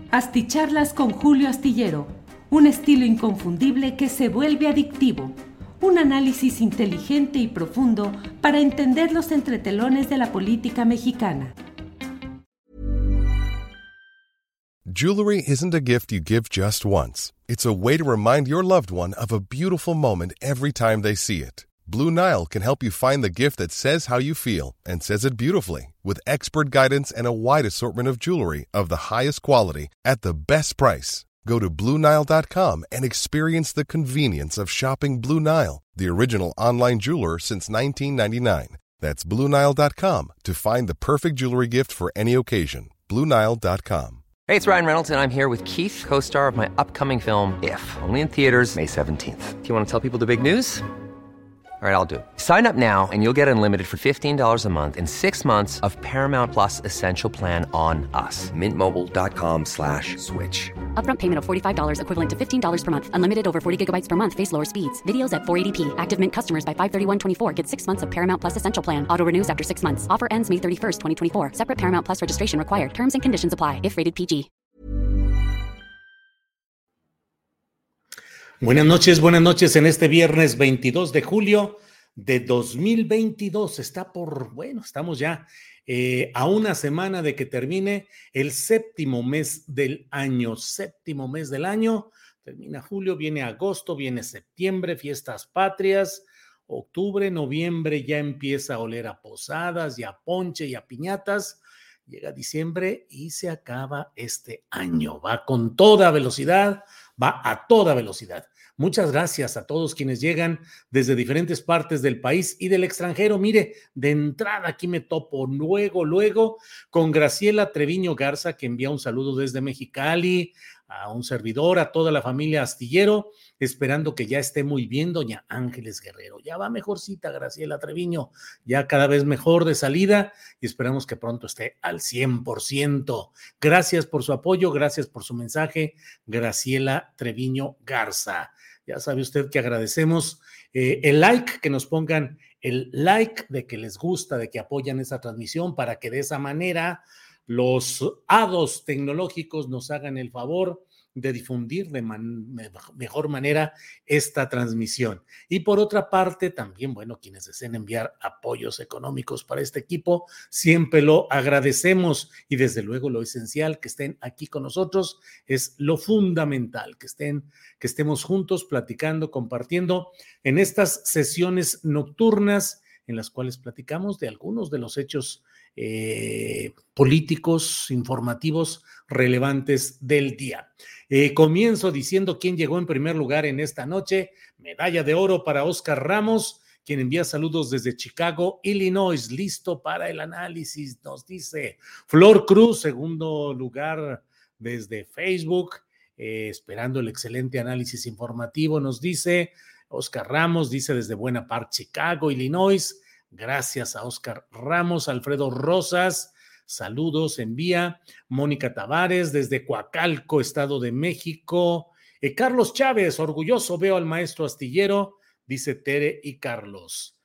Asticharlas con Julio Astillero, un estilo inconfundible que se vuelve adictivo. Un análisis inteligente y profundo para entender los entretelones de la política mexicana. Jewelry isn't a gift you give just once. It's a way to remind your loved one of a beautiful moment every time they see it. Blue Nile can help you find the gift that says how you feel and says it beautifully, with expert guidance and a wide assortment of jewelry of the highest quality at the best price. Go to BlueNile.com and experience the convenience of shopping Blue Nile, the original online jeweler since 1999. That's BlueNile.com to find the perfect jewelry gift for any occasion. BlueNile.com. Hey, it's Ryan Reynolds, and I'm here with Keith, co-star of my upcoming film, If, only in theaters May 17th. Do you want to tell people the big news? All right, I'll do it. Sign up now and you'll get unlimited for $15 a month and 6 months of Paramount Plus Essential Plan on us. MintMobile.com/switch. Upfront payment of $45 equivalent to $15 per month. Unlimited over 40 gigabytes per month. Face lower speeds. Videos at 480p. Active Mint customers by 531.24 get 6 months of Paramount Plus Essential Plan. Auto renews after 6 months. Offer ends May 31st, 2024. Separate Paramount Plus registration required. Terms and conditions apply if rated PG. Buenas noches en este viernes 22 de julio de 2022. Estamos ya a una semana de que termine el séptimo mes del año. Termina julio, viene agosto, viene septiembre, fiestas patrias, octubre, noviembre ya empieza a oler a posadas y a ponche y a piñatas. Llega diciembre y se acaba este año. Va con toda velocidad, va a toda velocidad. Muchas gracias a todos quienes llegan desde diferentes partes del país y del extranjero. Mire, de entrada aquí me topo luego con Graciela Treviño Garza, que envía un saludo desde Mexicali, a un servidor, a toda la familia Astillero, esperando que ya esté muy bien doña Ángeles Guerrero. Ya va mejorcita Graciela Treviño, ya cada vez mejor de salida y esperamos que pronto esté al 100%. Gracias por su apoyo, gracias por su mensaje, Graciela Treviño Garza. Ya sabe usted que agradecemos el like, que nos pongan el like de que les gusta, de que apoyan esa transmisión para que de esa manera los hados tecnológicos nos hagan el favor de difundir de mejor manera esta transmisión. Y por otra parte, también, quienes deseen enviar apoyos económicos para este equipo, siempre lo agradecemos y desde luego lo esencial que estén aquí con nosotros es lo fundamental, que estemos juntos platicando, compartiendo en estas sesiones nocturnas en las cuales platicamos de algunos de los hechos políticos, informativos relevantes del día. Comienzo diciendo quién llegó en primer lugar en esta noche. Medalla de oro para Oscar Ramos, quien envía saludos desde Chicago, Illinois, listo para el análisis, nos dice. Flor Cruz, segundo lugar desde Facebook, esperando el excelente análisis informativo, nos dice. Oscar Ramos dice desde Buena Park, Chicago, Illinois. Gracias a Oscar Ramos. Alfredo Rosas, saludos, envía. Mónica Tavares desde Coacalco, Estado de México. Carlos Chávez, orgulloso veo al maestro Astillero, dice Tere y Carlos.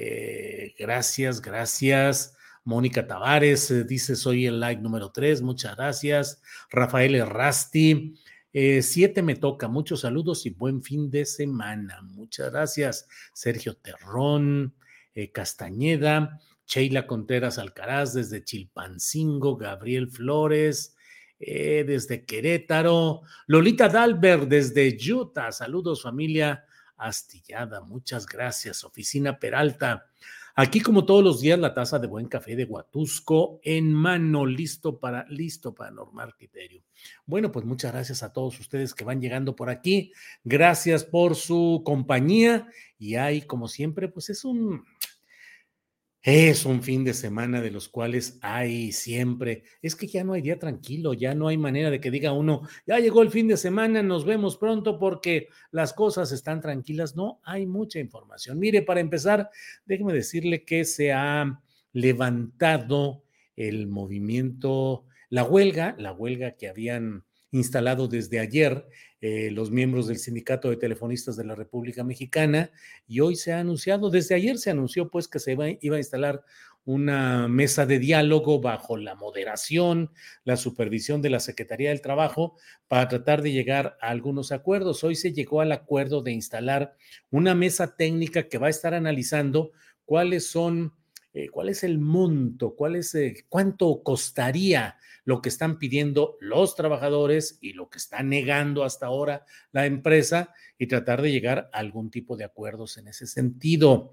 Gracias. Mónica Tavares dice soy el like número 3, muchas gracias. Rafael Errasti, 7 me toca, muchos saludos y buen fin de semana. Muchas gracias. Sergio Terrón, Castañeda, Sheila Contreras Alcaraz desde Chilpancingo, Gabriel Flores desde Querétaro, Lolita Dalbert desde Utah, saludos familia Astillada, muchas gracias. Oficina Peralta, aquí como todos los días la taza de buen café de Huatusco en mano, listo para normar criterio. Bueno, pues muchas gracias a todos ustedes que van llegando por aquí, gracias por su compañía y hay como siempre pues es un fin de semana de los cuales hay siempre, es que ya no hay día tranquilo, ya no hay manera de que diga uno, ya llegó el fin de semana, nos vemos pronto porque las cosas están tranquilas. No, hay mucha información. Mire, para empezar, déjeme decirle que se ha levantado el movimiento, la huelga que habían instalado desde ayer los miembros del Sindicato de Telefonistas de la República Mexicana, y hoy se ha anunciado, desde ayer se anunció pues que iba a instalar una mesa de diálogo bajo la moderación, la supervisión de la Secretaría del Trabajo para tratar de llegar a algunos acuerdos. Hoy se llegó al acuerdo de instalar una mesa técnica que va a estar analizando cuál es el monto, cuánto costaría lo que están pidiendo los trabajadores y lo que está negando hasta ahora la empresa, y tratar de llegar a algún tipo de acuerdos en ese sentido.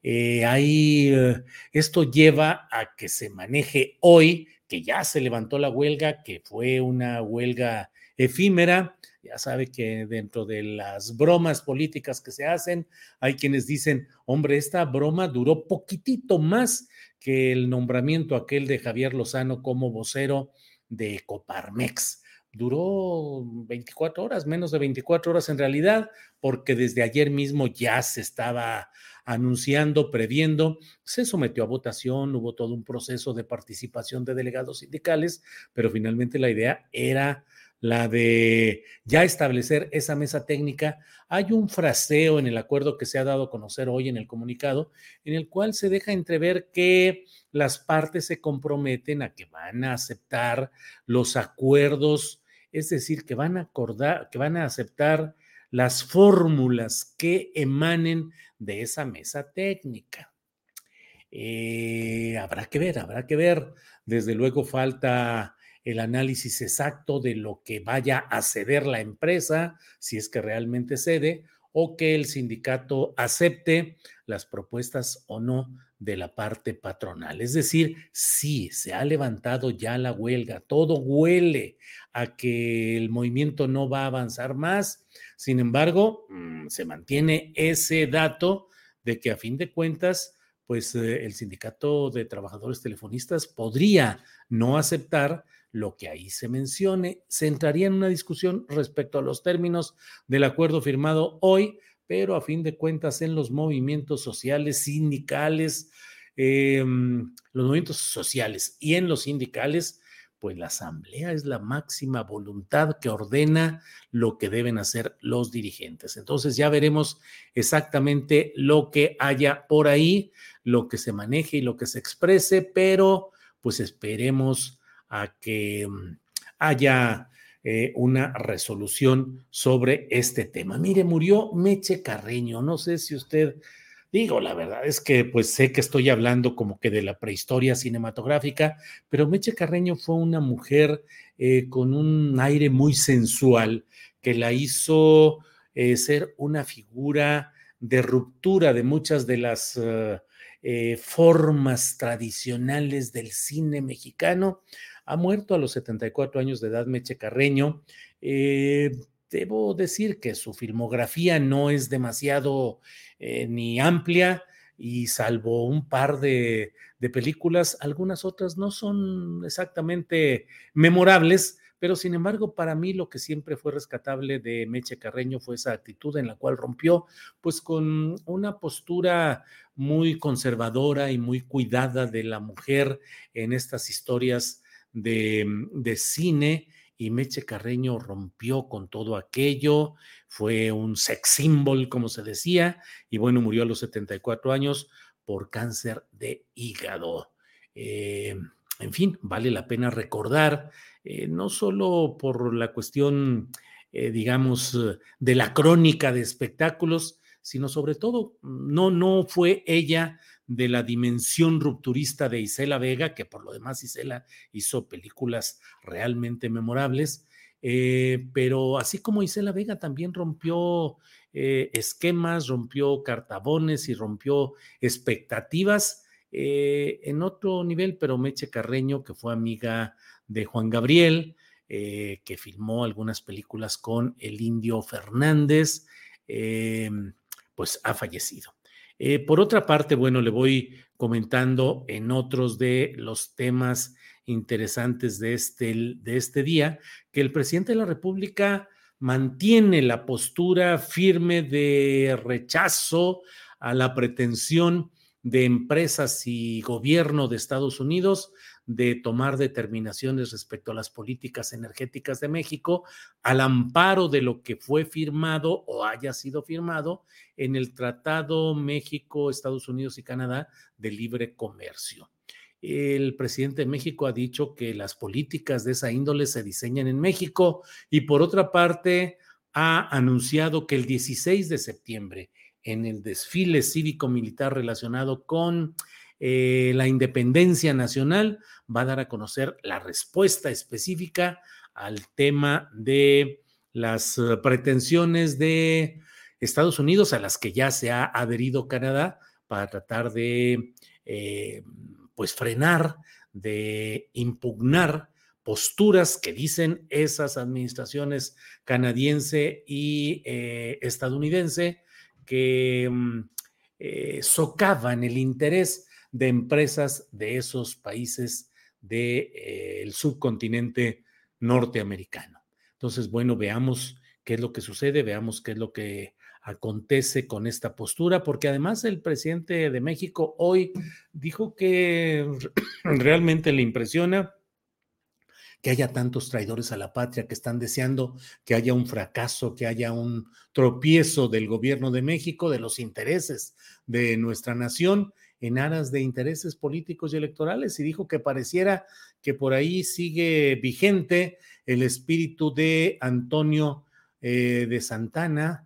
Esto lleva a que se maneje hoy, que ya se levantó la huelga, que fue una huelga efímera. Ya sabe que dentro de las bromas políticas que se hacen, hay quienes dicen, hombre, esta broma duró poquitito más que el nombramiento aquel de Javier Lozano como vocero de Coparmex. Duró 24 horas, menos de 24 horas en realidad, porque desde ayer mismo ya se estaba anunciando, previendo, se sometió a votación, hubo todo un proceso de participación de delegados sindicales, pero finalmente la idea era la de ya establecer esa mesa técnica. Hay un fraseo en el acuerdo que se ha dado a conocer hoy en el comunicado, en el cual se deja entrever que las partes se comprometen a que van a aceptar los acuerdos, es decir, que van a aceptar las fórmulas que emanen de esa mesa técnica. Habrá que ver. Desde luego falta el análisis exacto de lo que vaya a ceder la empresa, si es que realmente cede, o que el sindicato acepte las propuestas o no de la parte patronal. Es decir, sí, se ha levantado ya la huelga, todo huele a que el movimiento no va a avanzar más. Sin embargo, se mantiene ese dato de que a fin de cuentas, pues el Sindicato de Trabajadores Telefonistas podría no aceptar lo que ahí se mencione. Se entraría en una discusión respecto a los términos del acuerdo firmado hoy, pero a fin de cuentas en los movimientos sociales, sindicales, los movimientos sociales y en los sindicales, pues la asamblea es la máxima voluntad que ordena lo que deben hacer los dirigentes. Entonces ya veremos exactamente lo que haya por ahí, lo que se maneje y lo que se exprese, pero pues esperemos a que haya una resolución sobre este tema. Mire, murió Meche Carreño. No sé si usted, digo, la verdad es que pues sé que estoy hablando como que de la prehistoria cinematográfica, pero Meche Carreño fue una mujer con un aire muy sensual que la hizo ser una figura de ruptura de muchas de las formas tradicionales del cine mexicano. Ha muerto a los 74 años de edad Meche Carreño. Debo decir que su filmografía no es demasiado ni amplia, y salvo un par de películas, algunas otras no son exactamente memorables, pero sin embargo para mí lo que siempre fue rescatable de Meche Carreño fue esa actitud en la cual rompió pues con una postura muy conservadora y muy cuidada de la mujer en estas historias de cine, y Meche Carreño rompió con todo aquello, fue un sex symbol, como se decía, y bueno, murió a los 74 años por cáncer de hígado. En fin, vale la pena recordar, no solo por la cuestión, digamos, de la crónica de espectáculos, sino sobre todo, no fue ella de la dimensión rupturista de Isela Vega, que por lo demás Isela hizo películas realmente memorables, pero así como Isela Vega también rompió esquemas, rompió cartabones y rompió expectativas en otro nivel, pero Meche Carreño, que fue amiga de Juan Gabriel, que filmó algunas películas con el Indio Fernández, pues ha fallecido. Por otra parte, bueno, le voy comentando en otros de los temas interesantes de este día, que el presidente de la República mantiene la postura firme de rechazo a la pretensión de empresas y gobierno de Estados Unidos de tomar determinaciones respecto a las políticas energéticas de México al amparo de lo que fue firmado o haya sido firmado en el Tratado México, Estados Unidos y Canadá de Libre Comercio. El presidente de México ha dicho que las políticas de esa índole se diseñan en México y por otra parte ha anunciado que el 16 de septiembre en el desfile cívico-militar relacionado con la independencia nacional va a dar a conocer la respuesta específica al tema de las pretensiones de Estados Unidos a las que ya se ha adherido Canadá para tratar de pues frenar, de impugnar posturas que dicen esas administraciones canadiense y estadounidense que socavan el interés de empresas de esos países del subcontinente norteamericano. Entonces, bueno, veamos qué es lo que sucede, veamos qué es lo que acontece con esta postura, porque además el presidente de México hoy dijo que realmente le impresiona que haya tantos traidores a la patria que están deseando que haya un fracaso, que haya un tropiezo del gobierno de México, de los intereses de nuestra nación en aras de intereses políticos y electorales, y dijo que pareciera que por ahí sigue vigente el espíritu de Antonio de Santana,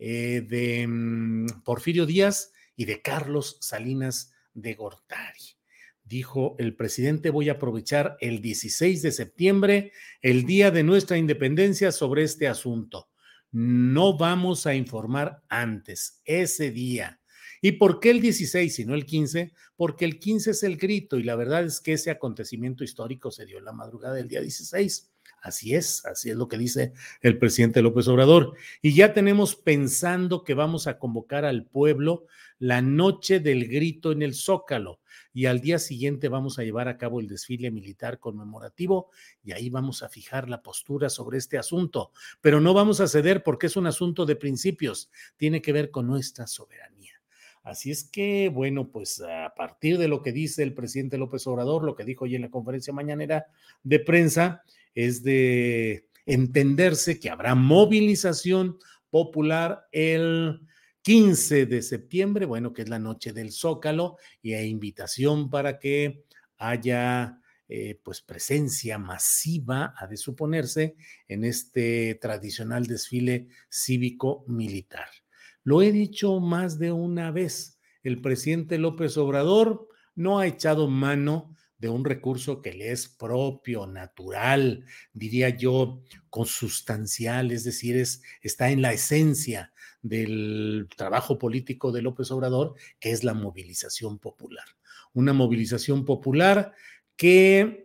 de Porfirio Díaz y de Carlos Salinas de Gortari. Dijo el presidente, voy a aprovechar el 16 de septiembre, el día de nuestra independencia, sobre este asunto. No vamos a informar antes, ese día. ¿Y por qué el 16 y no el 15? Porque el 15 es el grito y la verdad es que ese acontecimiento histórico se dio en la madrugada del día 16. Así es lo que dice el presidente López Obrador. Y ya tenemos pensando que vamos a convocar al pueblo la noche del grito en el Zócalo y al día siguiente vamos a llevar a cabo el desfile militar conmemorativo y ahí vamos a fijar la postura sobre este asunto. Pero no vamos a ceder porque es un asunto de principios, tiene que ver con nuestra soberanía. Así es que, bueno, pues a partir de lo que dice el presidente López Obrador, lo que dijo hoy en la conferencia mañanera de prensa, es de entenderse que habrá movilización popular el 15 de septiembre, bueno, que es la noche del Zócalo, y hay invitación para que haya pues presencia masiva, ha de suponerse, en este tradicional desfile cívico-militar. Lo he dicho más de una vez, el presidente López Obrador no ha echado mano de un recurso que le es propio, natural, diría yo, consustancial, es decir, está en la esencia del trabajo político de López Obrador, que es la movilización popular. Una movilización popular que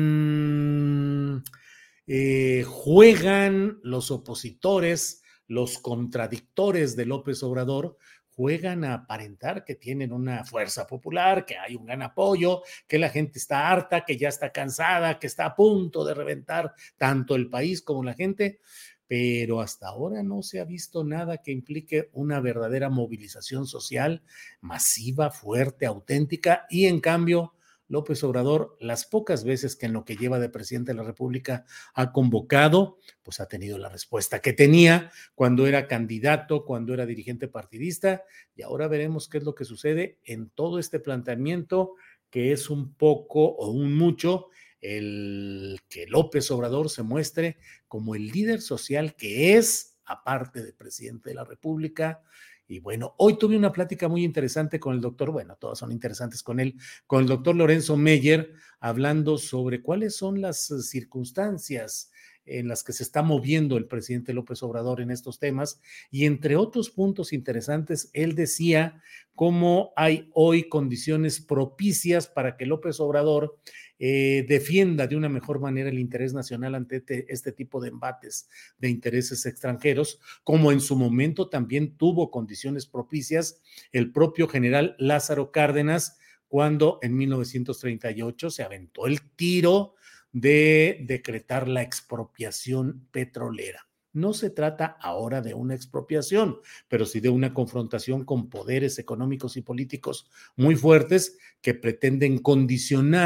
juegan los opositores, los contradictores de López Obrador, juegan a aparentar que tienen una fuerza popular, que hay un gran apoyo, que la gente está harta, que ya está cansada, que está a punto de reventar tanto el país como la gente, pero hasta ahora no se ha visto nada que implique una verdadera movilización social masiva, fuerte, auténtica, y en cambio López Obrador, las pocas veces que en lo que lleva de presidente de la República ha convocado, pues ha tenido la respuesta que tenía cuando era candidato, cuando era dirigente partidista, y ahora veremos qué es lo que sucede en todo este planteamiento que es un poco o un mucho el que López Obrador se muestre como el líder social que es, aparte de presidente de la República. Y bueno, hoy tuve una plática muy interesante con el doctor, bueno, todas son interesantes con él, con el doctor Lorenzo Meyer, hablando sobre cuáles son las circunstancias en las que se está moviendo el presidente López Obrador en estos temas. Y entre otros puntos interesantes, él decía cómo hay hoy condiciones propicias para que López Obrador defienda de una mejor manera el interés nacional ante este tipo de embates de intereses extranjeros, como en su momento también tuvo condiciones propicias el propio general Lázaro Cárdenas, cuando en 1938 se aventó el tiro de decretar la expropiación petrolera. No se trata ahora de una expropiación, pero sí de una confrontación con poderes económicos y políticos muy fuertes que pretenden condicionar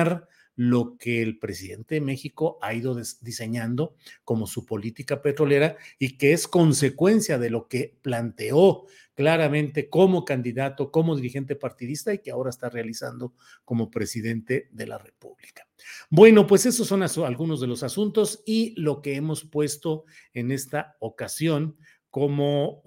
lo que el presidente de México ha ido diseñando como su política petrolera y que es consecuencia de lo que planteó claramente como candidato, como dirigente partidista y que ahora está realizando como presidente de la República. Bueno, pues esos son algunos de los asuntos y lo que hemos puesto en esta ocasión como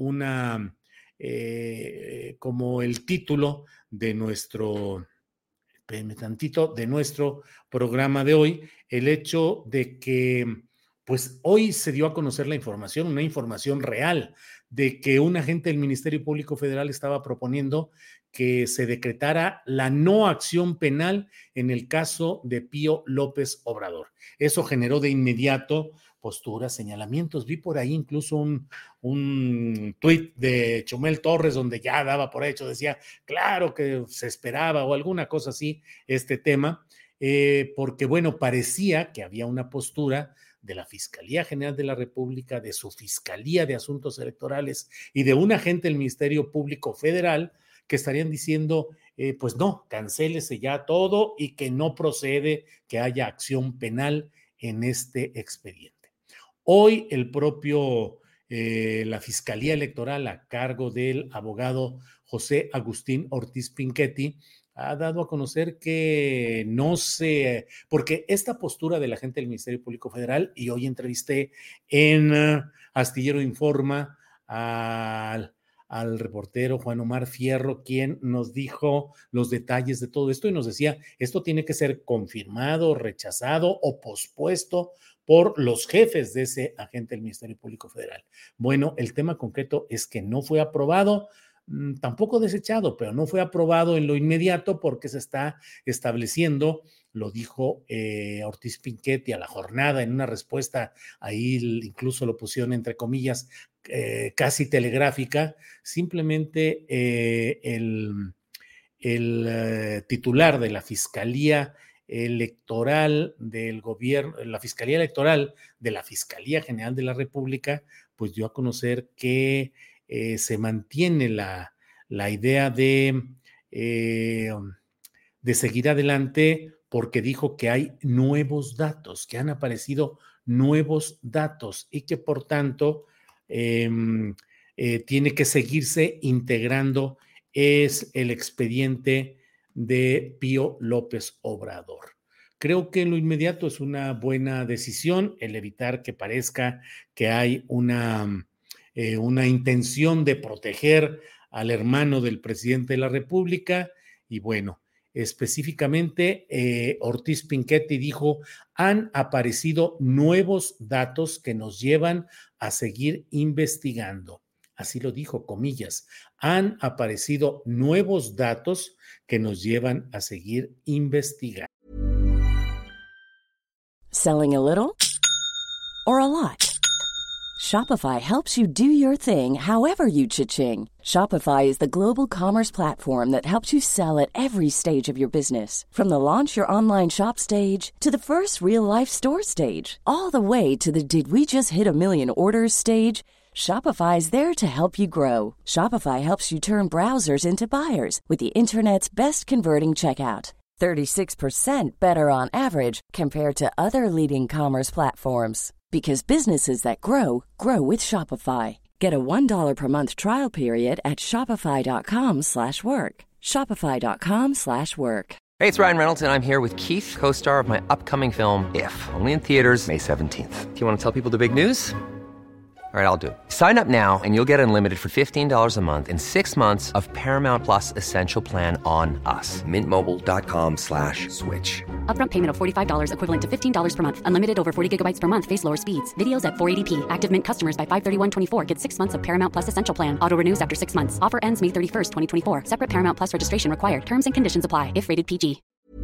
como el título de nuestro de nuestro programa de hoy, el hecho de que pues hoy se dio a conocer la información, una información real, de que un agente del Ministerio Público Federal estaba proponiendo que se decretara la no acción penal en el caso de Pío López Obrador. Eso generó de inmediato posturas, señalamientos. Vi por ahí incluso un tuit de Chumel Torres donde ya daba por hecho, decía, claro que se esperaba o alguna cosa así este tema, porque bueno, parecía que había una postura de la Fiscalía General de la República, de su Fiscalía de Asuntos Electorales y de un agente del Ministerio Público Federal que estarían diciendo, pues no, cancélese ya todo y que no procede que haya acción penal en este expediente. Hoy la Fiscalía Electoral a cargo del abogado José Agustín Ortiz Pinchetti ha dado a conocer que porque esta postura de la gente del Ministerio Público Federal, y hoy entrevisté en Astillero Informa al reportero Juan Omar Fierro, quien nos dijo los detalles de todo esto y nos decía, esto tiene que ser confirmado, rechazado o pospuesto por los jefes de ese agente del Ministerio Público Federal. Bueno, el tema concreto es que no fue aprobado, tampoco desechado, pero no fue aprobado en lo inmediato porque se está estableciendo, lo dijo Ortiz Pinchetti a La Jornada en una respuesta, ahí incluso lo pusieron entre comillas, casi telegráfica, simplemente el titular de la Fiscalía Electoral del gobierno, la Fiscalía Electoral de la Fiscalía General de la República, pues dio a conocer que se mantiene la idea de seguir adelante porque dijo que hay nuevos datos, que han aparecido nuevos datos y que por tanto tiene que seguirse integrando es el expediente de Pío López Obrador. Creo que en lo inmediato es una buena decisión el evitar que parezca que hay una intención de proteger al hermano del presidente de la República y bueno, específicamente Ortiz Pinchetti dijo, han aparecido nuevos datos que nos llevan a seguir investigando. Así lo dijo, comillas, han aparecido nuevos datos que nos llevan a seguir investigando. Selling a little or a lot? Shopify helps you do your thing however you cha-ching. Shopify is the global commerce platform that helps you sell at every stage of your business. From the launch your online shop stage to the first real-life store stage, all the way to the did we just hit a million orders stage. Shopify is there to help you grow. Shopify helps you turn browsers into buyers with the internet's best converting checkout. 36% better on average compared to other leading commerce platforms. Because businesses that grow, grow with Shopify. Get a $1 per month trial period at shopify.com/work. Shopify.com/work. Hey, it's Ryan Reynolds, and I'm here with Keith, co-star of my upcoming film, If, only in theaters May 17th. Do you want to tell people the big news? All right, I'll do it. Sign up now and you'll get unlimited for $15 a month and 6 months of Paramount Plus Essential Plan on us. MintMobile.com/switch. Upfront payment of $45 equivalent to $15 per month. Unlimited over 40 gigabytes per month. Face lower speeds. Videos at 480p. Active Mint customers by 531.24 get 6 months of Paramount Plus Essential Plan. Auto renews after 6 months. Offer ends May 31st, 2024. Separate Paramount Plus registration required. Terms and conditions apply if rated PG.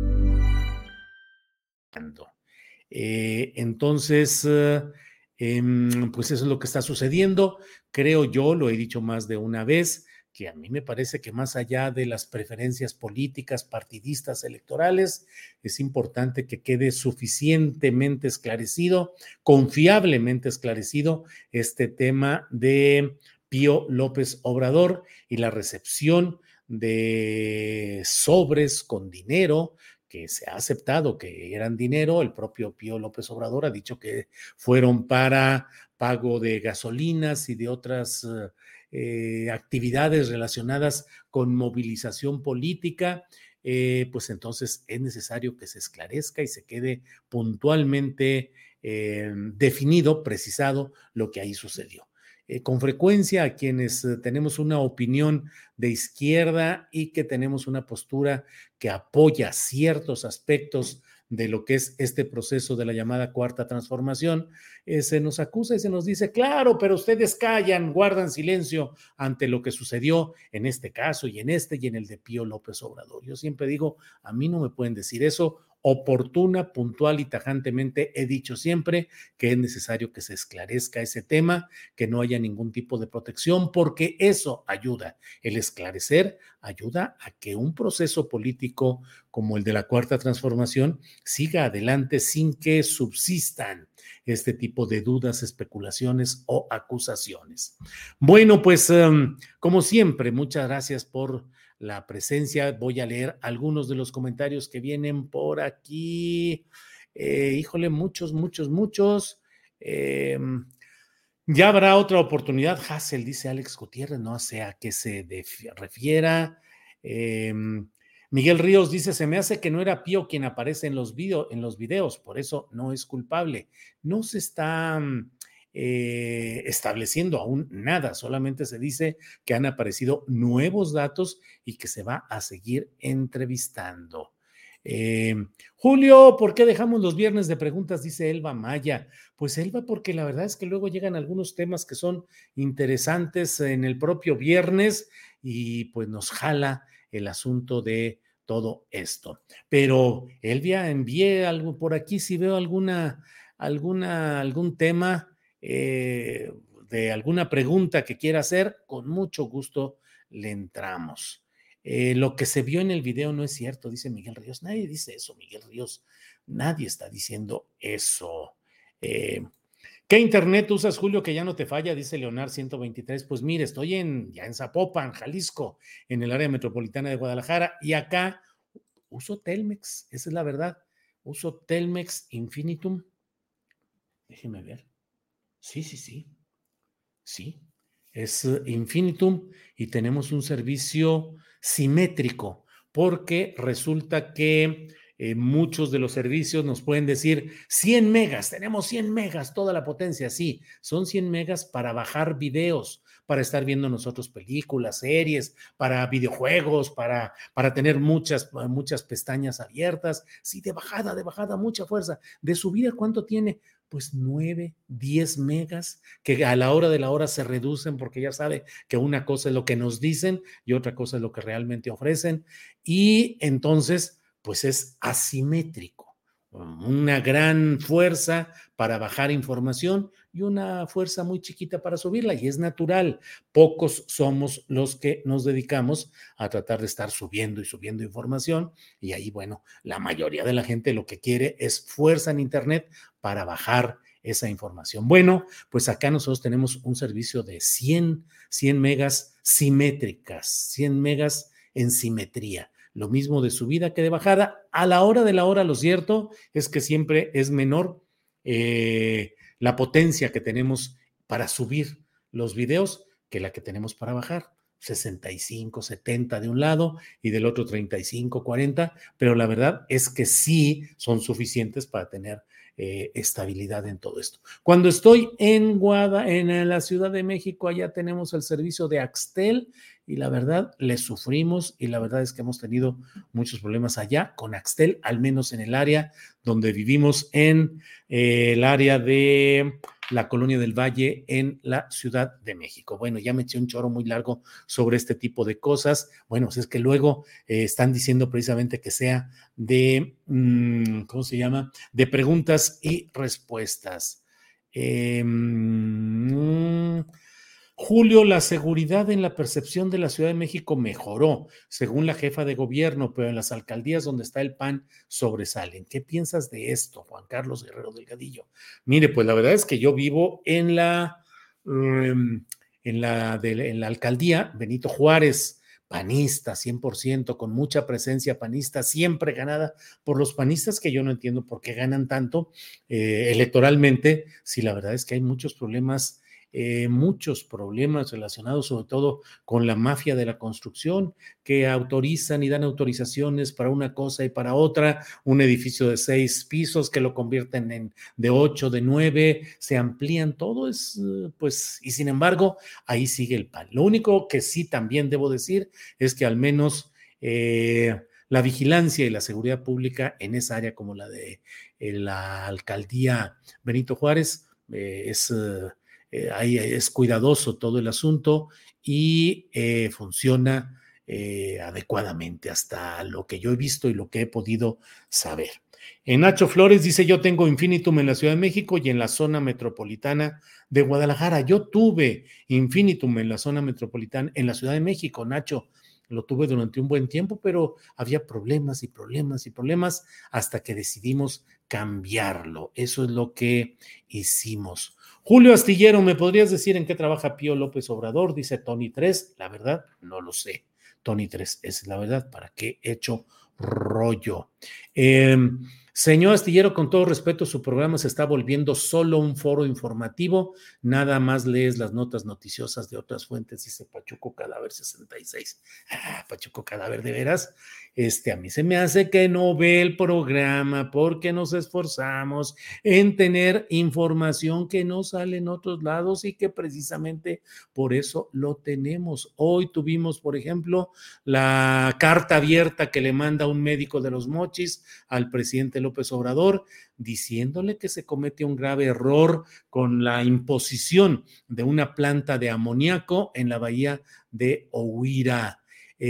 Entonces, pues eso es lo que está sucediendo. Creo yo, lo he dicho más de una vez, que a mí me parece que más allá de las preferencias políticas, partidistas, electorales, es importante que quede suficientemente esclarecido, confiablemente esclarecido este tema de Pío López Obrador y la recepción de sobres con dinero que se ha aceptado que eran dinero. El propio Pío López Obrador ha dicho que fueron para pago de gasolinas y de otras actividades relacionadas con movilización política. Pues entonces es necesario que se esclarezca y se quede puntualmente definido, precisado lo que ahí sucedió. Con frecuencia a quienes tenemos una opinión de izquierda y que tenemos una postura que apoya ciertos aspectos de lo que es este proceso de la llamada Cuarta Transformación, se nos acusa y se nos dice, claro, pero ustedes callan, guardan silencio ante lo que sucedió en este caso y en este y en el de Pío López Obrador. Yo siempre digo, a mí no me pueden decir eso. Oportuna, puntual y tajantemente he dicho siempre que es necesario que se esclarezca ese tema, que no haya ningún tipo de protección, porque eso ayuda. El esclarecer ayuda a que un proceso político como el de la Cuarta Transformación siga adelante sin que subsistan este tipo de dudas, especulaciones o acusaciones. Bueno, pues como siempre, muchas gracias por la presencia. Voy a leer algunos de los comentarios que vienen por aquí. Híjole, muchos. Ya habrá otra oportunidad, Hassel, dice Alex Gutiérrez, no sé a qué se refiera. Miguel Ríos dice, se me hace que no era Pío quien aparece en los videos, por eso no es culpable. No se está estableciendo aún nada, solamente se dice que han aparecido nuevos datos y que se va a seguir entrevistando. Julio, ¿por qué dejamos los viernes de preguntas? Dice Elba Maya. Pues Elba, porque la verdad es que luego llegan algunos temas que son interesantes en el propio viernes y pues nos jala el asunto de todo esto. Pero Elvia, envié algo por aquí, si veo algún tema de alguna pregunta que quiera hacer, con mucho gusto le entramos. Lo que se vio en el video no es cierto, dice Miguel Ríos. Nadie dice eso, Miguel Ríos. Nadie está diciendo eso. ¿Qué internet usas, Julio, que ya no te falla? Dice Leonard 123. Pues mire, estoy ya en Zapopan, Jalisco, en el área metropolitana de Guadalajara, y acá uso Telmex, esa es la verdad. Uso Telmex Infinitum. Déjeme ver. Sí. Sí, es Infinitum y tenemos un servicio simétrico, porque resulta que muchos de los servicios nos pueden decir 100 megas, tenemos 100 megas, toda la potencia. Sí, son 100 megas para bajar videos, para estar viendo nosotros películas, series, para videojuegos, para tener muchas pestañas abiertas. Sí, de bajada, mucha fuerza. De subida, ¿cuánto tiene? Pues 9, 10 megas, que a la hora de la hora se reducen, porque ya sabe que una cosa es lo que nos dicen y otra cosa es lo que realmente ofrecen. Y entonces, pues es asimétrico. Una gran fuerza para bajar información y una fuerza muy chiquita para subirla, y es natural. Pocos somos los que nos dedicamos a tratar de estar subiendo información, y ahí, bueno, la mayoría de la gente lo que quiere es fuerza en Internet para bajar esa información. Bueno, pues acá nosotros tenemos un servicio de 100 megas simétricas, 100 megas en simetría. Lo mismo de subida que de bajada. A la hora de la hora, lo cierto es que siempre es menor la potencia que tenemos para subir los videos que la que tenemos para bajar. 65, 70 de un lado y del otro 35, 40, pero la verdad es que sí son suficientes para tener estabilidad en todo esto. Cuando estoy en la Ciudad de México, allá tenemos el servicio de Axtel y la verdad le sufrimos, y la verdad es que hemos tenido muchos problemas allá con Axtel, al menos en el área donde vivimos, en el área de la Colonia del Valle en la Ciudad de México. Bueno, ya me eché un choro muy largo sobre este tipo de cosas. Bueno, es que luego están diciendo precisamente que sea de, ¿cómo se llama? De preguntas y respuestas. Julio, la seguridad en la percepción de la Ciudad de México mejoró, según la jefa de gobierno, pero en las alcaldías donde está el PAN sobresalen. ¿Qué piensas de esto, Juan Carlos Guerrero Delgadillo? Mire, pues la verdad es que yo vivo en la alcaldía Benito Juárez, panista, 100%, con mucha presencia panista, siempre ganada por los panistas, que yo no entiendo por qué ganan tanto electoralmente, si la verdad es que hay muchos problemas relacionados sobre todo con la mafia de la construcción, que autorizan y dan autorizaciones para una cosa y para otra, un edificio de 6 pisos que lo convierten en de 8, de 9, se amplían, todo es, pues, y sin embargo, ahí sigue el PAN. Lo único que sí también debo decir es que al menos la vigilancia y la seguridad pública en esa área como la de la alcaldía Benito Juárez ahí es cuidadoso todo el asunto y funciona adecuadamente hasta lo que yo he visto y lo que he podido saber. Nacho Flores dice: yo tengo Infinitum en la Ciudad de México y en la zona metropolitana de Guadalajara. Yo tuve Infinitum en la zona metropolitana, en la Ciudad de México, Nacho. Lo tuve durante un buen tiempo, pero había problemas y problemas y problemas hasta que decidimos cambiarlo. Eso es lo que hicimos. Julio Astillero, ¿me podrías decir en qué trabaja Pío López Obrador? Dice Tony 3. La verdad, no lo sé. Tony 3 es la verdad. ¿Para qué he hecho rollo? Señor Astillero, con todo respeto, su programa se está volviendo solo un foro informativo. Nada más lees las notas noticiosas de otras fuentes, dice Pachuco Cadáver 66. Pachuco Cadáver, ¿de veras? A mí se me hace que no ve el programa porque nos esforzamos en tener información que no sale en otros lados y que precisamente por eso lo tenemos. Hoy tuvimos, por ejemplo, la carta abierta que le manda un médico de Los Mochis al presidente López Obrador, diciéndole que se comete un grave error con la imposición de una planta de amoníaco en la bahía de Ohuira.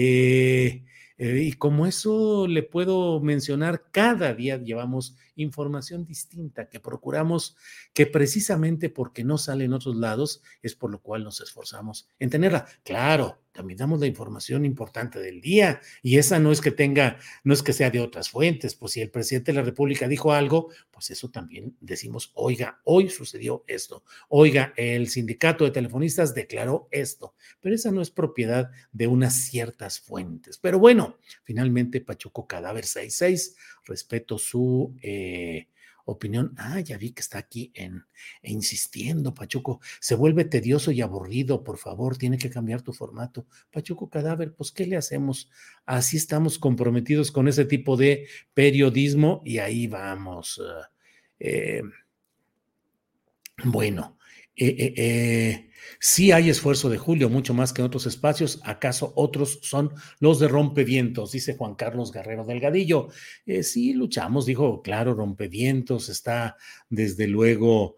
Y como eso le puedo mencionar, cada día llevamos información distinta que procuramos, que precisamente porque no sale en otros lados es por lo cual nos esforzamos en tenerla. Claro, también damos la información importante del día y esa no es que sea de otras fuentes, pues si el presidente de la República dijo algo, pues eso también decimos: oiga, hoy sucedió esto, oiga, el sindicato de telefonistas declaró esto, pero esa no es propiedad de unas ciertas fuentes. Pero bueno, finalmente Pachuco Cadáver 66, respeto su opinión. Ya vi que está aquí insistiendo, Pachuco. Se vuelve tedioso y aburrido, por favor, tiene que cambiar tu formato. Pachuco Cadáver, pues, ¿qué le hacemos? Así estamos comprometidos con ese tipo de periodismo y ahí vamos. Bueno, sí hay esfuerzo de Julio, mucho más que en otros espacios. ¿Acaso otros son los de rompevientos? Dice Juan Carlos Guerrero Delgadillo. Sí, luchamos, dijo, claro, rompevientos está desde luego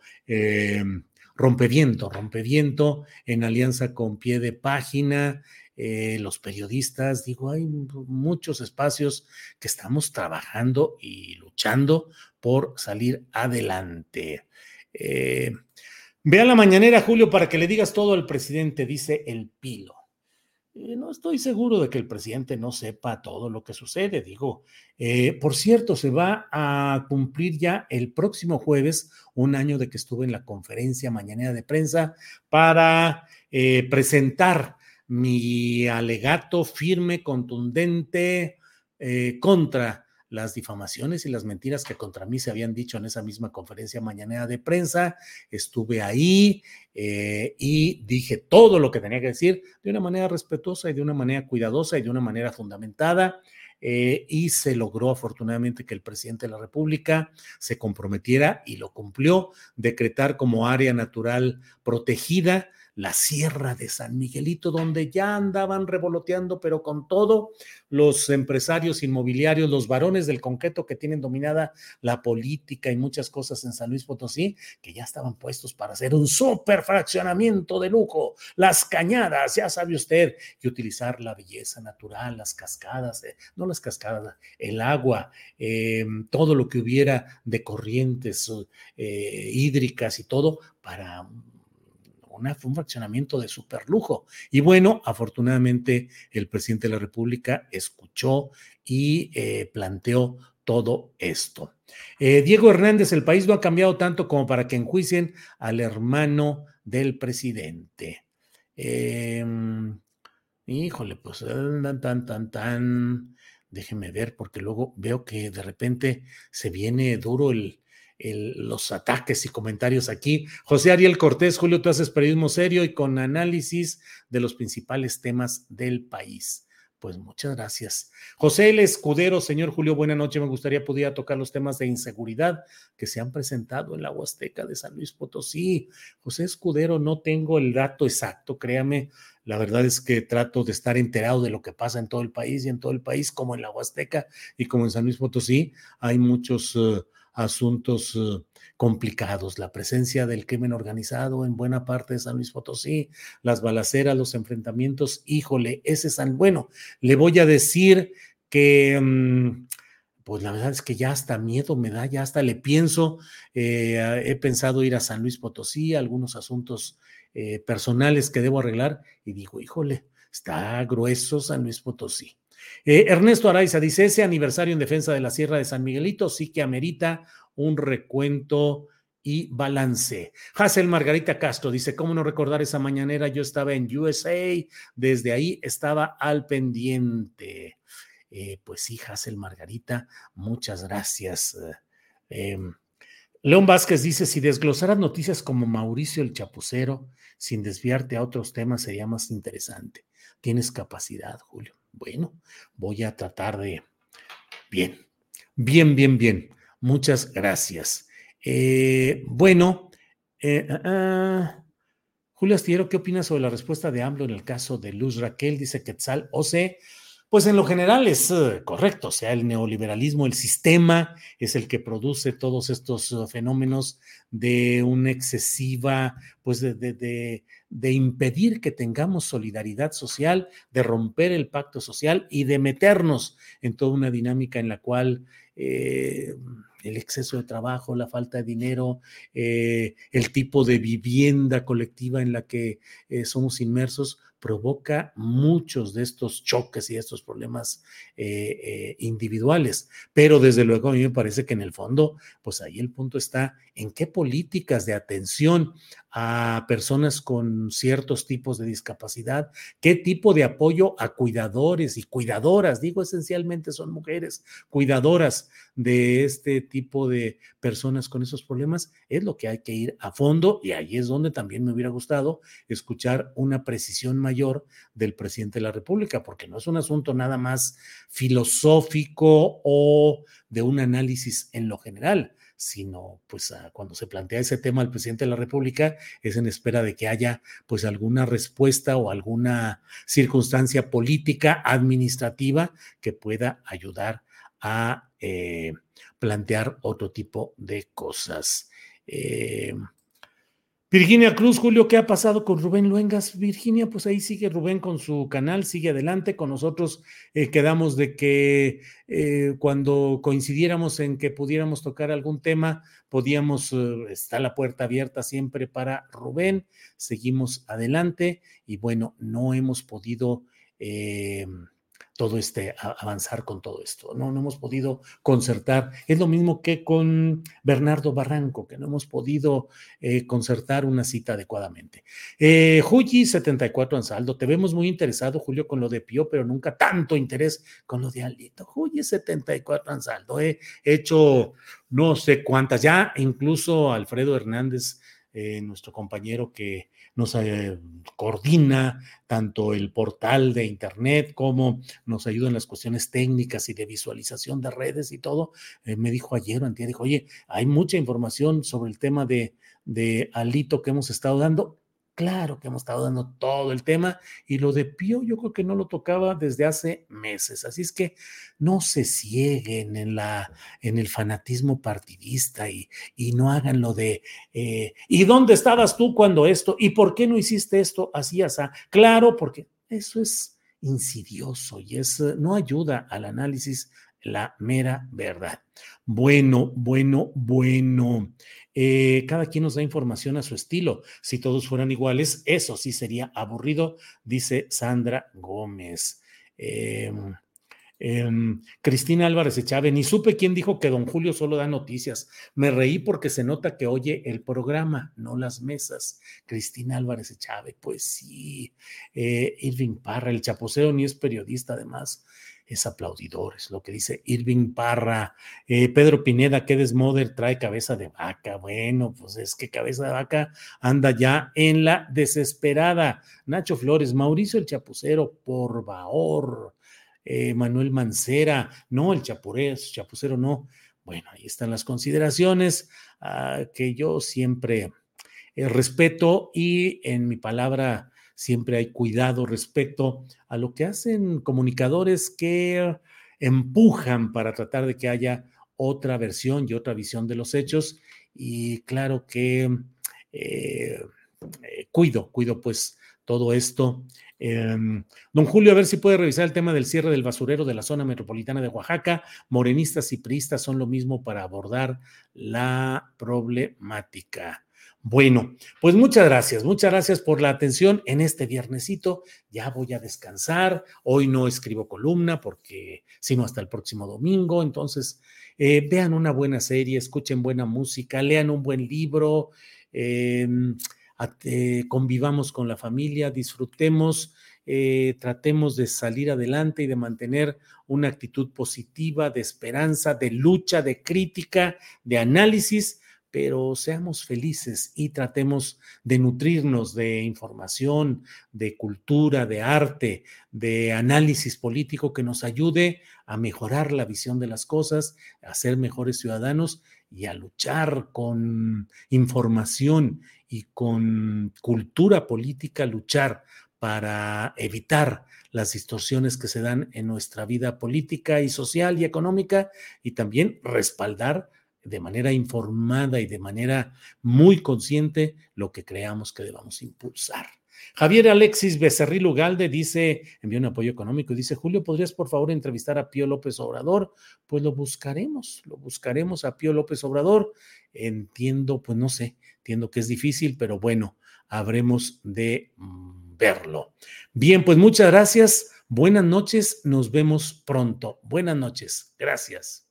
rompeviento en alianza con Pie de Página. Los periodistas, digo, hay muchos espacios que estamos trabajando y luchando por salir adelante. Ve a la mañanera, Julio, para que le digas todo al presidente, dice el Pilo. No estoy seguro de que el presidente no sepa todo lo que sucede, digo. Por cierto, se va a cumplir ya el próximo jueves un año de que estuve en la conferencia mañanera de prensa para presentar mi alegato firme, contundente, contra las difamaciones y las mentiras que contra mí se habían dicho en esa misma conferencia mañanera de prensa. Estuve ahí y dije todo lo que tenía que decir de una manera respetuosa y de una manera cuidadosa y de una manera fundamentada. Y se logró afortunadamente que el presidente de la República se comprometiera y lo cumplió, decretar como área natural protegida la Sierra de San Miguelito, donde ya andaban revoloteando, pero con todo, los empresarios inmobiliarios, los varones del concreto que tienen dominada la política y muchas cosas en San Luis Potosí, que ya estaban puestos para hacer un súper fraccionamiento de lujo, las cañadas, ya sabe usted, y utilizar la belleza natural, las cascadas, no las cascadas, el agua, todo lo que hubiera de corrientes hídricas y todo para un fraccionamiento de superlujo. Y bueno, afortunadamente el presidente de la República escuchó y planteó todo esto. Diego Hernández, el país no ha cambiado tanto como para que enjuicien al hermano del presidente. Híjole, pues déjeme ver, porque luego veo que de repente se viene duro los ataques y comentarios aquí. José Ariel Cortés, Julio, tú haces periodismo serio y con análisis de los principales temas del país. Pues muchas gracias. José El Escudero, señor Julio, buena noche. Me gustaría pudiera tocar los temas de inseguridad que se han presentado en la Huasteca de San Luis Potosí. José Escudero, no tengo el dato exacto, créame. La verdad es que trato de estar enterado de lo que pasa en todo el país y en todo el país, como en la Huasteca y como en San Luis Potosí, hay muchos asuntos complicados. La presencia del crimen organizado en buena parte de San Luis Potosí, las balaceras, los enfrentamientos, híjole, bueno, le voy a decir que pues la verdad es que ya hasta miedo me da, ya hasta le pienso, he pensado ir a San Luis Potosí, algunos asuntos personales que debo arreglar y digo, híjole, está grueso San Luis Potosí. Ernesto Araiza dice, ese aniversario en defensa de la Sierra de San Miguelito sí que amerita un recuento y balance. Hazel Margarita Castro dice, ¿cómo no recordar esa mañanera? Yo estaba en USA, desde ahí estaba al pendiente. Pues sí, Hazel Margarita, muchas gracias. León Vázquez dice, si desglosaras noticias como Mauricio el Chapucero, sin desviarte a otros temas, sería más interesante. Tienes capacidad, Julio. Bueno, voy a tratar de... Bien, bien. Muchas gracias. Bueno, Julio Astillero, ¿qué opinas sobre la respuesta de AMLO en el caso de Luz Raquel? Dice Quetzal, pues en lo general es correcto, o sea, el neoliberalismo, el sistema es el que produce todos estos fenómenos de una excesiva, pues de impedir que tengamos solidaridad social, de romper el pacto social y de meternos en toda una dinámica en la cual el exceso de trabajo, la falta de dinero, el tipo de vivienda colectiva en la que somos inmersos, provoca muchos de estos choques y estos problemas individuales. Pero desde luego a mí me parece que en el fondo, pues ahí el punto está en qué políticas de atención a personas con ciertos tipos de discapacidad, qué tipo de apoyo a cuidadores y cuidadoras, digo esencialmente son mujeres, cuidadoras de este tipo de personas con esos problemas, es lo que hay que ir a fondo y ahí es donde también me hubiera gustado escuchar una precisión mayor del presidente de la República, porque no es un asunto nada más filosófico o de un análisis en lo general, sino pues cuando se plantea ese tema al presidente de la República es en espera de que haya pues alguna respuesta o alguna circunstancia política, administrativa que pueda ayudar a plantear otro tipo de cosas. Virginia Cruz, Julio, ¿qué ha pasado con Rubén Luengas? Virginia, pues ahí sigue Rubén con su canal, sigue adelante. Con nosotros quedamos de que cuando coincidiéramos en que pudiéramos tocar algún tema, podíamos, está la puerta abierta siempre para Rubén. Seguimos adelante y bueno, no hemos podido avanzar con todo esto. No hemos podido concertar. Es lo mismo que con Bernardo Barranco, que no hemos podido concertar una cita adecuadamente. Juyi 74 Ansaldo, te vemos muy interesado, Julio, con lo de Pío, pero nunca tanto interés con lo de Alito. Juyi 74 Ansaldo, he hecho no sé cuántas, ya incluso Alfredo Hernández, nuestro compañero que nos coordina tanto el portal de internet como nos ayuda en las cuestiones técnicas y de visualización de redes y todo, me dijo ayer o antier, dijo, oye, hay mucha información sobre el tema de Alito que hemos estado dando. Claro que hemos estado dando todo el tema y lo de Pío yo creo que no lo tocaba desde hace meses, así es que no se cieguen en el fanatismo partidista y no hagan lo de ¿y dónde estabas tú cuando esto? ¿Y por qué no hiciste esto así, así? Claro, porque eso es insidioso y no ayuda al análisis la mera verdad. Bueno. Cada quien nos da información a su estilo. Si todos fueran iguales, eso sí sería aburrido, dice Sandra Gómez. Cristina Álvarez Echave, ni supe quién dijo que don Julio solo da noticias. Me reí porque se nota que oye el programa, no las mesas. Cristina Álvarez Echave, pues sí. Irving Parra, el chapucero ni es periodista, además es aplaudidor, es lo que dice Irving Parra. Pedro Pineda, qué desmoder, trae cabeza de vaca. Bueno, pues es que cabeza de vaca anda ya en la desesperada. Nacho Flores, Mauricio el chapucero, por favor. Manuel Mancera, no, el chapucero no. Bueno, ahí están las consideraciones que yo siempre respeto, y en mi palabra siempre hay cuidado respecto a lo que hacen comunicadores que empujan para tratar de que haya otra versión y otra visión de los hechos, y claro que cuido pues todo esto. Don Julio, a ver si puede revisar el tema del cierre del basurero de la zona metropolitana de Oaxaca. Morenistas y priistas son lo mismo para abordar la problemática. Bueno, pues muchas gracias por la atención en este viernesito. Ya voy a descansar. Hoy no escribo columna porque sino hasta el próximo domingo. Entonces, vean una buena serie, escuchen buena música, lean un buen libro, convivamos con la familia, disfrutemos, tratemos de salir adelante y de mantener una actitud positiva, de esperanza, de lucha, de crítica, de análisis, pero seamos felices y tratemos de nutrirnos de información, de cultura, de arte, de análisis político que nos ayude a mejorar la visión de las cosas, a ser mejores ciudadanos y a luchar con información y con cultura política, luchar para evitar las distorsiones que se dan en nuestra vida política y social y económica, y también respaldar de manera informada y de manera muy consciente lo que creamos que debamos impulsar. Javier Alexis Becerril Ugalde dice, envió un apoyo económico y dice: Julio, ¿podrías por favor entrevistar a Pío López Obrador? Pues lo buscaremos a Pío López Obrador. Entiendo, pues no sé, entiendo que es difícil, pero bueno, habremos de verlo. Bien, pues muchas gracias, buenas noches, nos vemos pronto. Buenas noches, gracias.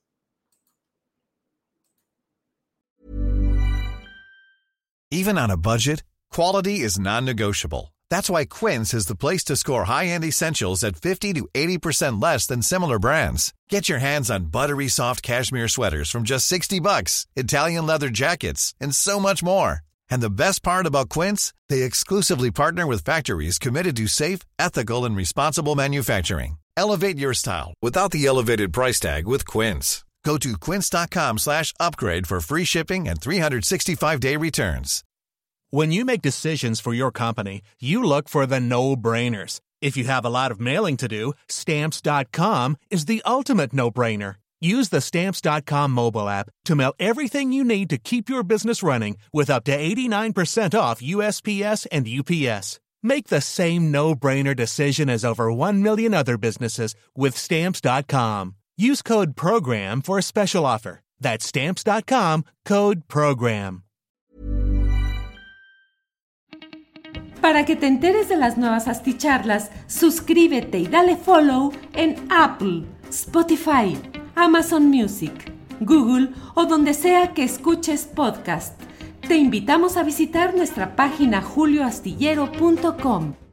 Even on a budget, quality is non-negotiable. That's why Quince is the place to score high-end essentials at 50 to 80% less than similar brands. Get your hands on buttery soft cashmere sweaters from just $60, Italian leather jackets, and so much more. And the best part about Quince, they exclusively partner with factories committed to safe, ethical, and responsible manufacturing. Elevate your style without the elevated price tag with Quince. Go to quince.com/upgrade for free shipping and 365-day returns. When you make decisions for your company, you look for the no-brainers. If you have a lot of mailing to do, Stamps.com is the ultimate no-brainer. Use the Stamps.com mobile app to mail everything you need to keep your business running with up to 89% off USPS and UPS. Make the same no-brainer decision as over 1 million other businesses with Stamps.com. Use code PROGRAM for a special offer. That's Stamps.com, code PROGRAM. Para que te enteres de las nuevas asticharlas, suscríbete y dale follow en Apple, Spotify, Amazon Music, Google o donde sea que escuches podcast. Te invitamos a visitar nuestra página julioastillero.com.